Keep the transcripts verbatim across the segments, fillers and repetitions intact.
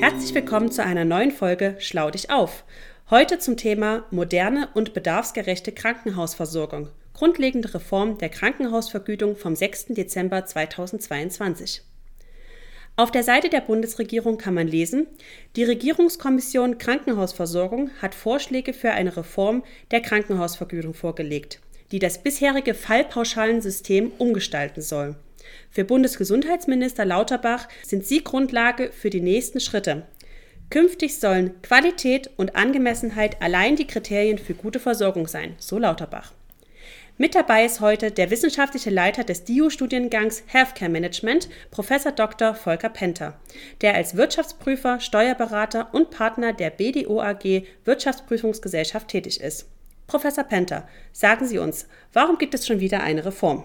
Herzlich willkommen zu einer neuen Folge Schlau dich auf. Heute zum Thema moderne und bedarfsgerechte Krankenhausversorgung. Grundlegende Reform der Krankenhausvergütung vom sechsten Dezember zweitausendzweiundzwanzig. Auf der Seite der Bundesregierung kann man lesen, die Regierungskommission Krankenhausversorgung hat Vorschläge für eine Reform der Krankenhausvergütung vorgelegt, die das bisherige Fallpauschalensystem umgestalten soll. Für Bundesgesundheitsminister Lauterbach sind sie Grundlage für die nächsten Schritte. Künftig sollen Qualität und Angemessenheit allein die Kriterien für gute Versorgung sein, so Lauterbach. Mit dabei ist heute der wissenschaftliche Leiter des D I U-Studiengangs Healthcare Management, Professor Doktor Volker Penter, der als Wirtschaftsprüfer, Steuerberater und Partner der B D O A G Wirtschaftsprüfungsgesellschaft tätig ist. Professor Penter, sagen Sie uns, warum gibt es schon wieder eine Reform?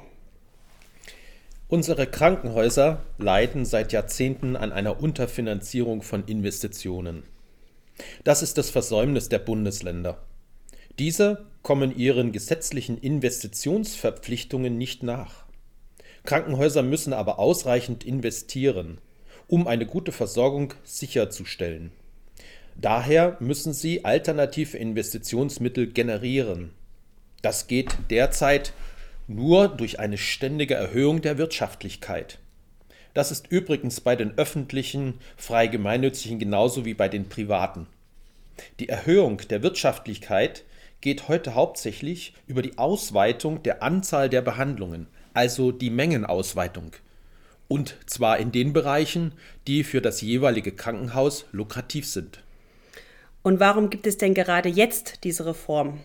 Unsere Krankenhäuser leiden seit Jahrzehnten an einer Unterfinanzierung von Investitionen. Das ist das Versäumnis der Bundesländer. Diese kommen ihren gesetzlichen Investitionsverpflichtungen nicht nach. Krankenhäuser müssen aber ausreichend investieren, um eine gute Versorgung sicherzustellen. Daher müssen sie alternative Investitionsmittel generieren. Das geht derzeit nur durch eine ständige Erhöhung der Wirtschaftlichkeit. Das ist übrigens bei den öffentlichen, frei gemeinnützigen genauso wie bei den privaten. Die Erhöhung der Wirtschaftlichkeit geht heute hauptsächlich über die Ausweitung der Anzahl der Behandlungen, also die Mengenausweitung. Und zwar in den Bereichen, die für das jeweilige Krankenhaus lukrativ sind. Und warum gibt es denn gerade jetzt diese Reform?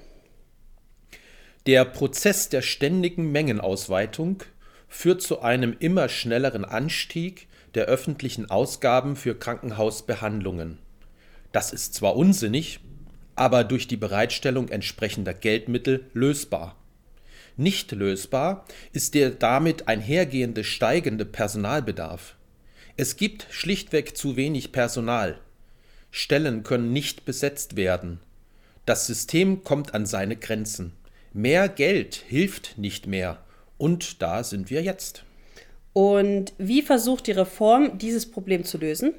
Der Prozess der ständigen Mengenausweitung führt zu einem immer schnelleren Anstieg der öffentlichen Ausgaben für Krankenhausbehandlungen. Das ist zwar unsinnig, aber durch die Bereitstellung entsprechender Geldmittel lösbar. Nicht lösbar ist der damit einhergehende steigende Personalbedarf. Es gibt schlichtweg zu wenig Personal. Stellen können nicht besetzt werden. Das System kommt an seine Grenzen. Mehr Geld hilft nicht mehr. Und da sind wir jetzt. Und wie versucht die Reform, dieses Problem zu lösen?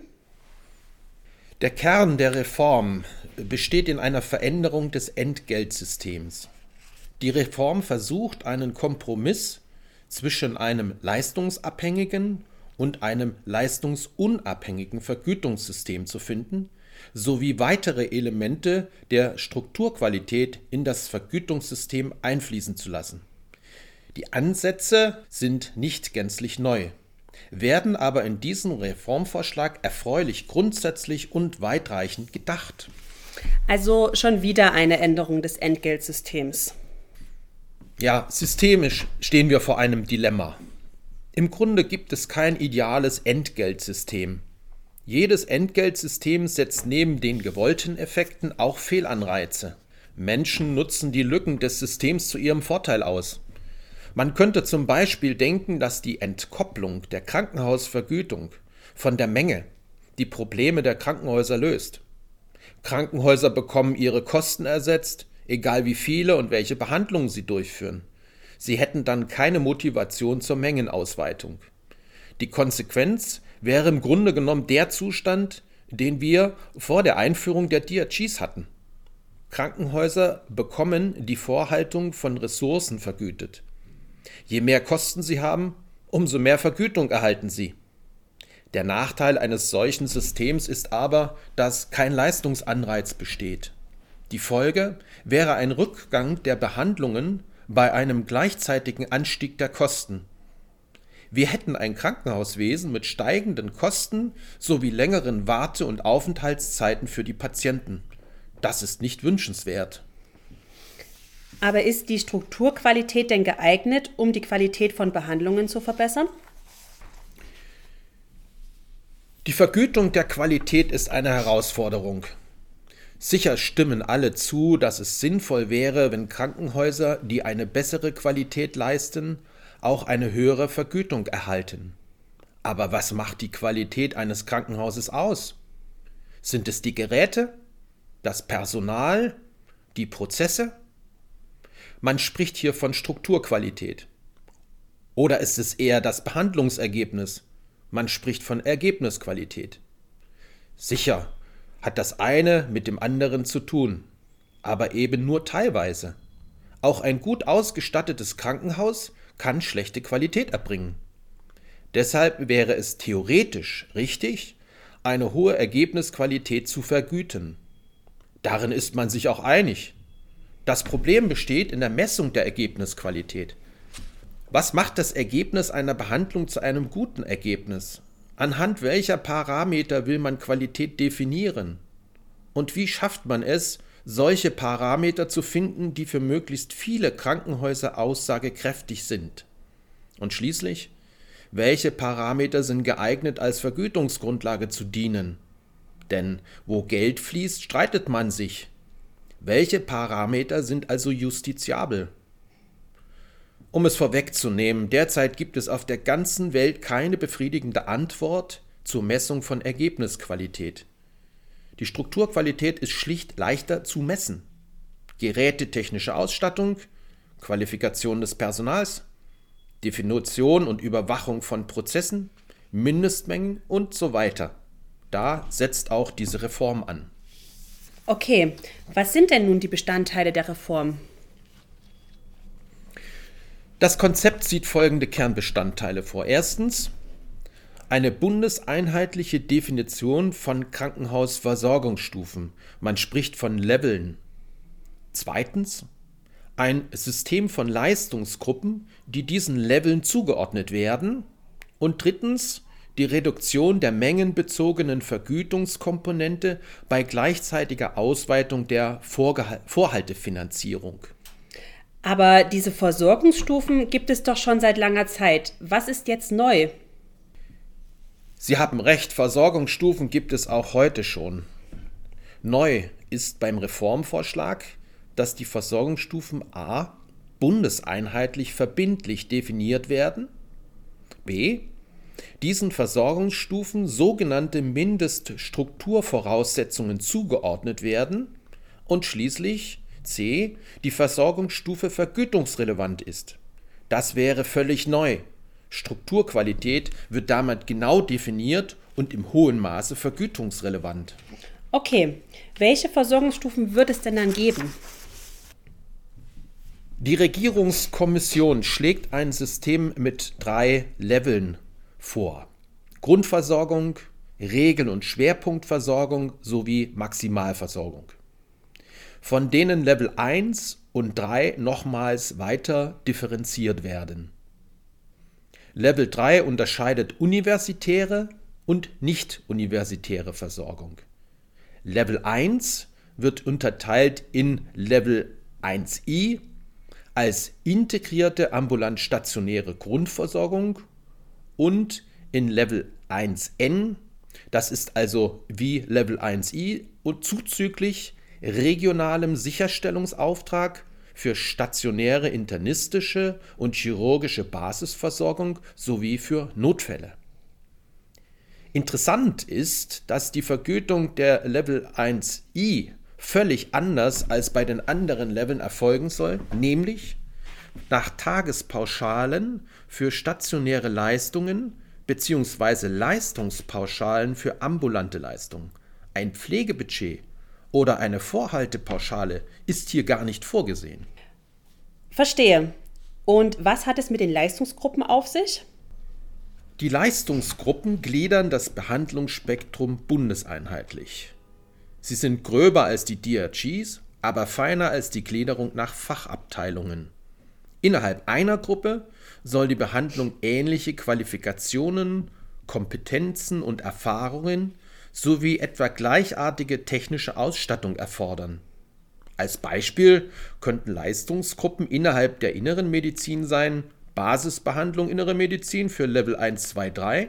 Der Kern der Reform besteht in einer Veränderung des Entgeltsystems. Die Reform versucht, einen Kompromiss zwischen einem leistungsabhängigen und einem leistungsunabhängigen Vergütungssystem zu finden, sowie weitere Elemente der Strukturqualität in das Vergütungssystem einfließen zu lassen. Die Ansätze sind nicht gänzlich neu, werden aber in diesem Reformvorschlag erfreulich grundsätzlich und weitreichend gedacht. Also schon wieder eine Änderung des Entgeltsystems. Ja, systemisch stehen wir vor einem Dilemma. Im Grunde gibt es kein ideales Entgeltsystem. Jedes Entgeltsystem setzt neben den gewollten Effekten auch Fehlanreize. Menschen nutzen die Lücken des Systems zu ihrem Vorteil aus. Man könnte zum Beispiel denken, dass die Entkopplung der Krankenhausvergütung von der Menge die Probleme der Krankenhäuser löst. Krankenhäuser bekommen ihre Kosten ersetzt, egal wie viele und welche Behandlungen sie durchführen. Sie hätten dann keine Motivation zur Mengenausweitung. Die Konsequenz wäre im Grunde genommen der Zustand, den wir vor der Einführung der D R Gs hatten. Krankenhäuser bekommen die Vorhaltung von Ressourcen vergütet. Je mehr Kosten sie haben, umso mehr Vergütung erhalten sie. Der Nachteil eines solchen Systems ist aber, dass kein Leistungsanreiz besteht. Die Folge wäre ein Rückgang der Behandlungen bei einem gleichzeitigen Anstieg der Kosten. Wir hätten ein Krankenhauswesen mit steigenden Kosten sowie längeren Warte- und Aufenthaltszeiten für die Patienten. Das ist nicht wünschenswert. Aber ist die Strukturqualität denn geeignet, um die Qualität von Behandlungen zu verbessern? Die Vergütung der Qualität ist eine Herausforderung. Sicher stimmen alle zu, dass es sinnvoll wäre, wenn Krankenhäuser, die eine bessere Qualität leisten, auch eine höhere Vergütung erhalten. Aber was macht die Qualität eines Krankenhauses aus? Sind es die Geräte, das Personal, die Prozesse? Man spricht hier von Strukturqualität. Oder ist es eher das Behandlungsergebnis? Man spricht von Ergebnisqualität. Sicher hat das eine mit dem anderen zu tun, aber eben nur teilweise. Auch ein gut ausgestattetes Krankenhaus kann schlechte Qualität erbringen. Deshalb wäre es theoretisch richtig, eine hohe Ergebnisqualität zu vergüten. Darin ist man sich auch einig. Das Problem besteht in der Messung der Ergebnisqualität. Was macht das Ergebnis einer Behandlung zu einem guten Ergebnis? Anhand welcher Parameter will man Qualität definieren? Und wie schafft man es, solche Parameter zu finden, die für möglichst viele Krankenhäuser aussagekräftig sind? Und schließlich, welche Parameter sind geeignet, als Vergütungsgrundlage zu dienen? Denn wo Geld fließt, streitet man sich. Welche Parameter sind also justiziabel? Um es vorwegzunehmen, derzeit gibt es auf der ganzen Welt keine befriedigende Antwort zur Messung von Ergebnisqualität. Die Strukturqualität ist schlicht leichter zu messen. Gerätetechnische Ausstattung, Qualifikation des Personals, Definition und Überwachung von Prozessen, Mindestmengen und so weiter. Da setzt auch diese Reform an. Okay, was sind denn nun die Bestandteile der Reform? Das Konzept sieht folgende Kernbestandteile vor. Erstens, eine bundeseinheitliche Definition von Krankenhausversorgungsstufen. Man spricht von Leveln. Zweitens, ein System von Leistungsgruppen, die diesen Leveln zugeordnet werden. Und drittens, die Reduktion der mengenbezogenen Vergütungskomponente bei gleichzeitiger Ausweitung der Vorgeha- Vorhaltefinanzierung. Aber diese Versorgungsstufen gibt es doch schon seit langer Zeit. Was ist jetzt neu? Sie haben recht, Versorgungsstufen gibt es auch heute schon. Neu ist beim Reformvorschlag, dass die Versorgungsstufen a. bundeseinheitlich verbindlich definiert werden, b. diesen Versorgungsstufen sogenannte Mindeststrukturvoraussetzungen zugeordnet werden und schließlich c. die Versorgungsstufe vergütungsrelevant ist. Das wäre völlig neu. Strukturqualität wird damit genau definiert und im hohen Maße vergütungsrelevant. Okay, welche Versorgungsstufen wird es denn dann geben? Die Regierungskommission schlägt ein System mit drei Leveln vor. Grundversorgung, Regel- und Schwerpunktversorgung sowie Maximalversorgung. Von denen Level eins und drei nochmals weiter differenziert werden. Level drei unterscheidet universitäre und nicht-universitäre Versorgung. Level eins wird unterteilt in Level eins i als integrierte ambulant-stationäre Grundversorgung und in Level eins n, das ist also wie Level eins i und zuzüglich regionalem Sicherstellungsauftrag für stationäre internistische und chirurgische Basisversorgung sowie für Notfälle. Interessant ist, dass die Vergütung der Level eins i völlig anders als bei den anderen Leveln erfolgen soll, nämlich nach Tagespauschalen für stationäre Leistungen bzw. Leistungspauschalen für ambulante Leistungen. Ein Pflegebudget oder eine Vorhaltepauschale ist hier gar nicht vorgesehen. Verstehe. Und was hat es mit den Leistungsgruppen auf sich? Die Leistungsgruppen gliedern das Behandlungsspektrum bundeseinheitlich. Sie sind gröber als die D R Gs, aber feiner als die Gliederung nach Fachabteilungen. Innerhalb einer Gruppe soll die Behandlung ähnliche Qualifikationen, Kompetenzen und Erfahrungen sowie etwa gleichartige technische Ausstattung erfordern. Als Beispiel könnten Leistungsgruppen innerhalb der inneren Medizin sein: Basisbehandlung innere Medizin für Level eins, zwei, drei,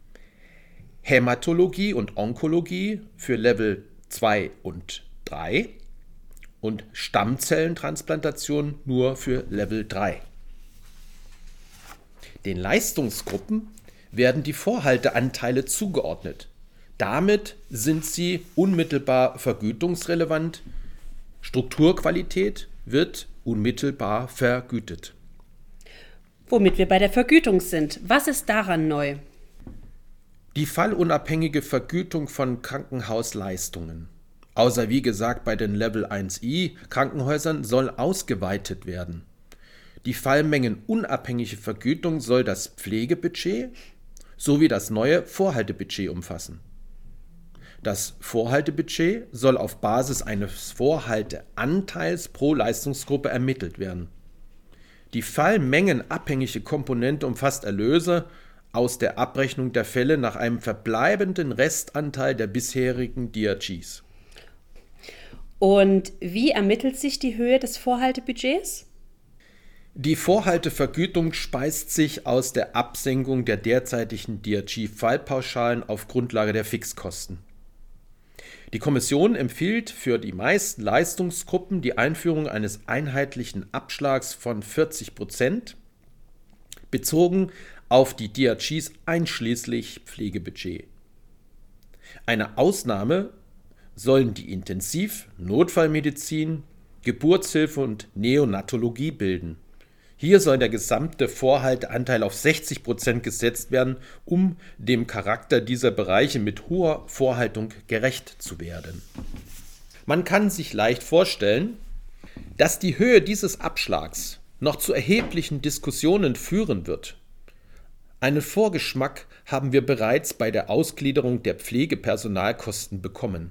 Hämatologie und Onkologie für Level zwei und drei und Stammzellentransplantation nur für Level drei. Den Leistungsgruppen werden die Vorhalteanteile zugeordnet. Damit sind sie unmittelbar vergütungsrelevant. Strukturqualität wird unmittelbar vergütet. Womit wir bei der Vergütung sind. Was ist daran neu? Die fallunabhängige Vergütung von Krankenhausleistungen, außer wie gesagt bei den Level eins i Krankenhäusern, soll ausgeweitet werden. Die fallmengenunabhängige Vergütung soll das Pflegebudget sowie das neue Vorhaltebudget umfassen. Das Vorhaltebudget soll auf Basis eines Vorhalteanteils pro Leistungsgruppe ermittelt werden. Die fallmengenabhängige Komponente umfasst Erlöse aus der Abrechnung der Fälle nach einem verbleibenden Restanteil der bisherigen D R Gs. Und wie ermittelt sich die Höhe des Vorhaltebudgets? Die Vorhaltevergütung speist sich aus der Absenkung der derzeitigen D R G-Fallpauschalen auf Grundlage der Fixkosten. Die Kommission empfiehlt für die meisten Leistungsgruppen die Einführung eines einheitlichen Abschlags von vierzig Prozent, bezogen auf die D R Gs einschließlich Pflegebudget. Eine Ausnahme sollen die Intensiv-, Notfallmedizin, Geburtshilfe und Neonatologie bilden. Hier soll der gesamte Vorhalteanteil auf sechzig Prozent gesetzt werden, um dem Charakter dieser Bereiche mit hoher Vorhaltung gerecht zu werden. Man kann sich leicht vorstellen, dass die Höhe dieses Abschlags noch zu erheblichen Diskussionen führen wird. Einen Vorgeschmack haben wir bereits bei der Ausgliederung der Pflegepersonalkosten bekommen.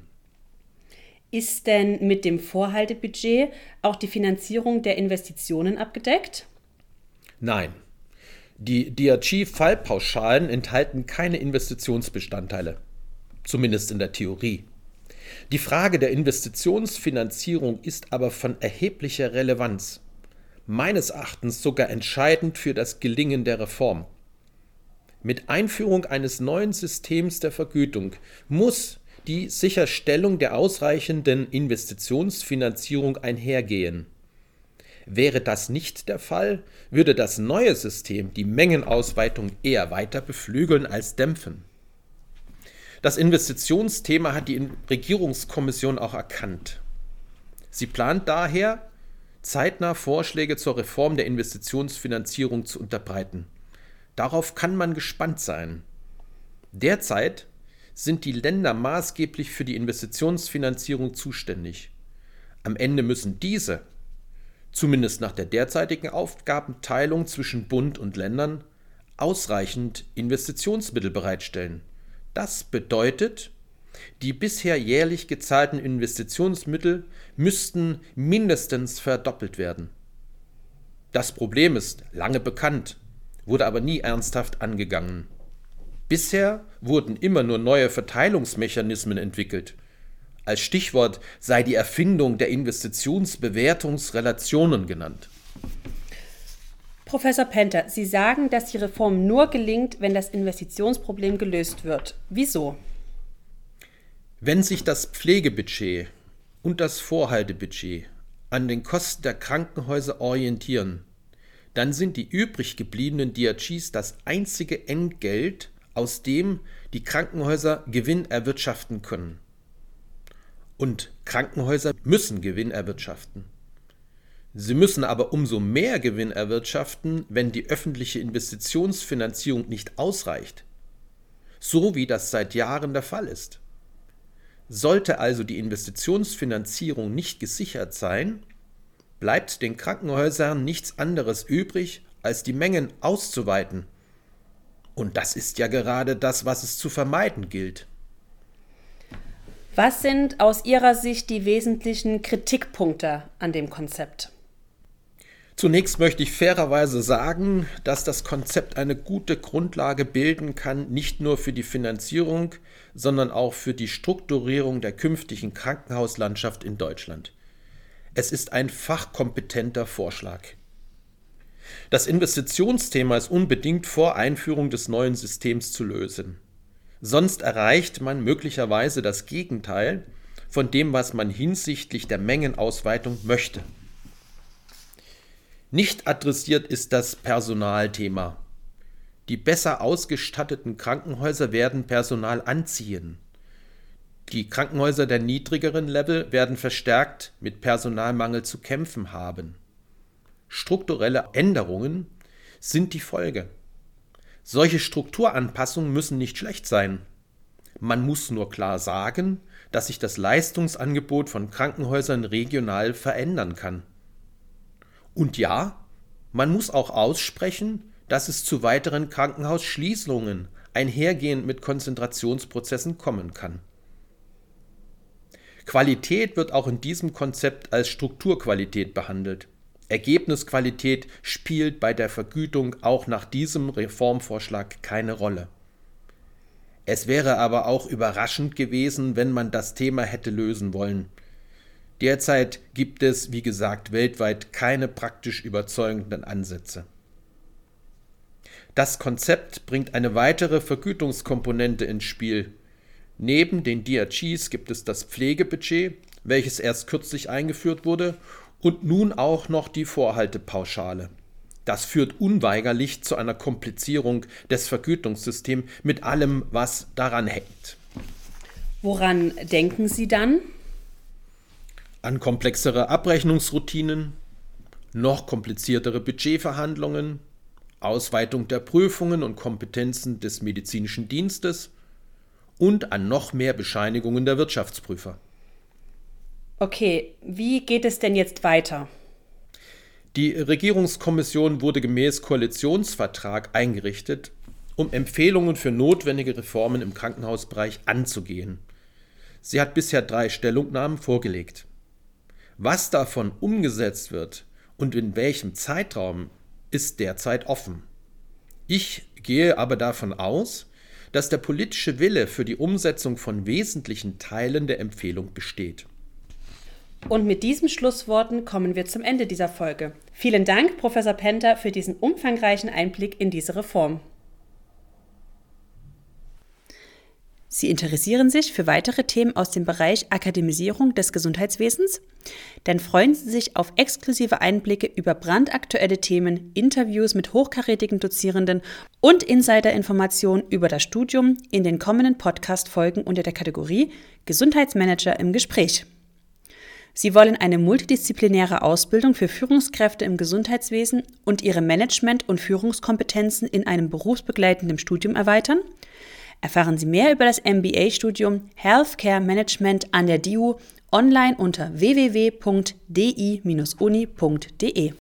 Ist denn mit dem Vorhaltebudget auch die Finanzierung der Investitionen abgedeckt? Nein, die D R G-Fallpauschalen enthalten keine Investitionsbestandteile, zumindest in der Theorie. Die Frage der Investitionsfinanzierung ist aber von erheblicher Relevanz, meines Erachtens sogar entscheidend für das Gelingen der Reform. Mit Einführung eines neuen Systems der Vergütung muss die Sicherstellung der ausreichenden Investitionsfinanzierung einhergehen. Wäre das nicht der Fall, würde das neue System die Mengenausweitung eher weiter beflügeln als dämpfen. Das Investitionsthema hat die Regierungskommission auch erkannt. Sie plant daher, zeitnah Vorschläge zur Reform der Investitionsfinanzierung zu unterbreiten. Darauf kann man gespannt sein. Derzeit sind die Länder maßgeblich für die Investitionsfinanzierung zuständig. Am Ende müssen diese, zumindest nach der derzeitigen Aufgabenteilung zwischen Bund und Ländern, ausreichend Investitionsmittel bereitstellen. Das bedeutet, die bisher jährlich gezahlten Investitionsmittel müssten mindestens verdoppelt werden. Das Problem ist lange bekannt, wurde aber nie ernsthaft angegangen. Bisher wurden immer nur neue Verteilungsmechanismen entwickelt. Als Stichwort sei die Erfindung der Investitionsbewertungsrelationen genannt. Professor Penter, Sie sagen, dass die Reform nur gelingt, wenn das Investitionsproblem gelöst wird. Wieso? Wenn sich das Pflegebudget und das Vorhaltebudget an den Kosten der Krankenhäuser orientieren, dann sind die übrig gebliebenen D R Gs das einzige Entgelt, aus dem die Krankenhäuser Gewinn erwirtschaften können. Und Krankenhäuser müssen Gewinn erwirtschaften. Sie müssen aber umso mehr Gewinn erwirtschaften, wenn die öffentliche Investitionsfinanzierung nicht ausreicht, so wie das seit Jahren der Fall ist. Sollte also die Investitionsfinanzierung nicht gesichert sein, bleibt den Krankenhäusern nichts anderes übrig, als die Mengen auszuweiten. Und das ist ja gerade das, was es zu vermeiden gilt. Was sind aus Ihrer Sicht die wesentlichen Kritikpunkte an dem Konzept? Zunächst möchte ich fairerweise sagen, dass das Konzept eine gute Grundlage bilden kann, nicht nur für die Finanzierung, sondern auch für die Strukturierung der künftigen Krankenhauslandschaft in Deutschland. Es ist ein fachkompetenter Vorschlag. Das Investitionsthema ist unbedingt vor Einführung des neuen Systems zu lösen. Sonst erreicht man möglicherweise das Gegenteil von dem, was man hinsichtlich der Mengenausweitung möchte. Nicht adressiert ist das Personalthema. Die besser ausgestatteten Krankenhäuser werden Personal anziehen. Die Krankenhäuser der niedrigeren Level werden verstärkt mit Personalmangel zu kämpfen haben. Strukturelle Änderungen sind die Folge. Solche Strukturanpassungen müssen nicht schlecht sein. Man muss nur klar sagen, dass sich das Leistungsangebot von Krankenhäusern regional verändern kann. Und ja, man muss auch aussprechen, dass es zu weiteren Krankenhausschließungen einhergehend mit Konzentrationsprozessen kommen kann. Qualität wird auch in diesem Konzept als Strukturqualität behandelt. Ergebnisqualität spielt bei der Vergütung auch nach diesem Reformvorschlag keine Rolle. Es wäre aber auch überraschend gewesen, wenn man das Thema hätte lösen wollen. Derzeit gibt es, wie gesagt, weltweit keine praktisch überzeugenden Ansätze. Das Konzept bringt eine weitere Vergütungskomponente ins Spiel. Neben den D R Gs gibt es das Pflegebudget, welches erst kürzlich eingeführt wurde, und nun auch noch die Vorhaltepauschale. Das führt unweigerlich zu einer Komplizierung des Vergütungssystems mit allem, was daran hängt. Woran denken Sie dann? An komplexere Abrechnungsroutinen, noch kompliziertere Budgetverhandlungen, Ausweitung der Prüfungen und Kompetenzen des medizinischen Dienstes und an noch mehr Bescheinigungen der Wirtschaftsprüfer. Okay, wie geht es denn jetzt weiter? Die Regierungskommission wurde gemäß Koalitionsvertrag eingerichtet, um Empfehlungen für notwendige Reformen im Krankenhausbereich anzugehen. Sie hat bisher drei Stellungnahmen vorgelegt. Was davon umgesetzt wird und in welchem Zeitraum, ist derzeit offen. Ich gehe aber davon aus, dass der politische Wille für die Umsetzung von wesentlichen Teilen der Empfehlung besteht. Und mit diesen Schlussworten kommen wir zum Ende dieser Folge. Vielen Dank, Professor Penter, für diesen umfangreichen Einblick in diese Reform. Sie interessieren sich für weitere Themen aus dem Bereich Akademisierung des Gesundheitswesens? Dann freuen Sie sich auf exklusive Einblicke über brandaktuelle Themen, Interviews mit hochkarätigen Dozierenden und Insider-Informationen über das Studium in den kommenden Podcast-Folgen unter der Kategorie Gesundheitsmanager im Gespräch. Sie wollen eine multidisziplinäre Ausbildung für Führungskräfte im Gesundheitswesen und ihre Management- und Führungskompetenzen in einem berufsbegleitenden Studium erweitern? Erfahren Sie mehr über das M B A-Studium Healthcare Management an der D I U online unter w w w punkt d i Bindestrich uni punkt d e.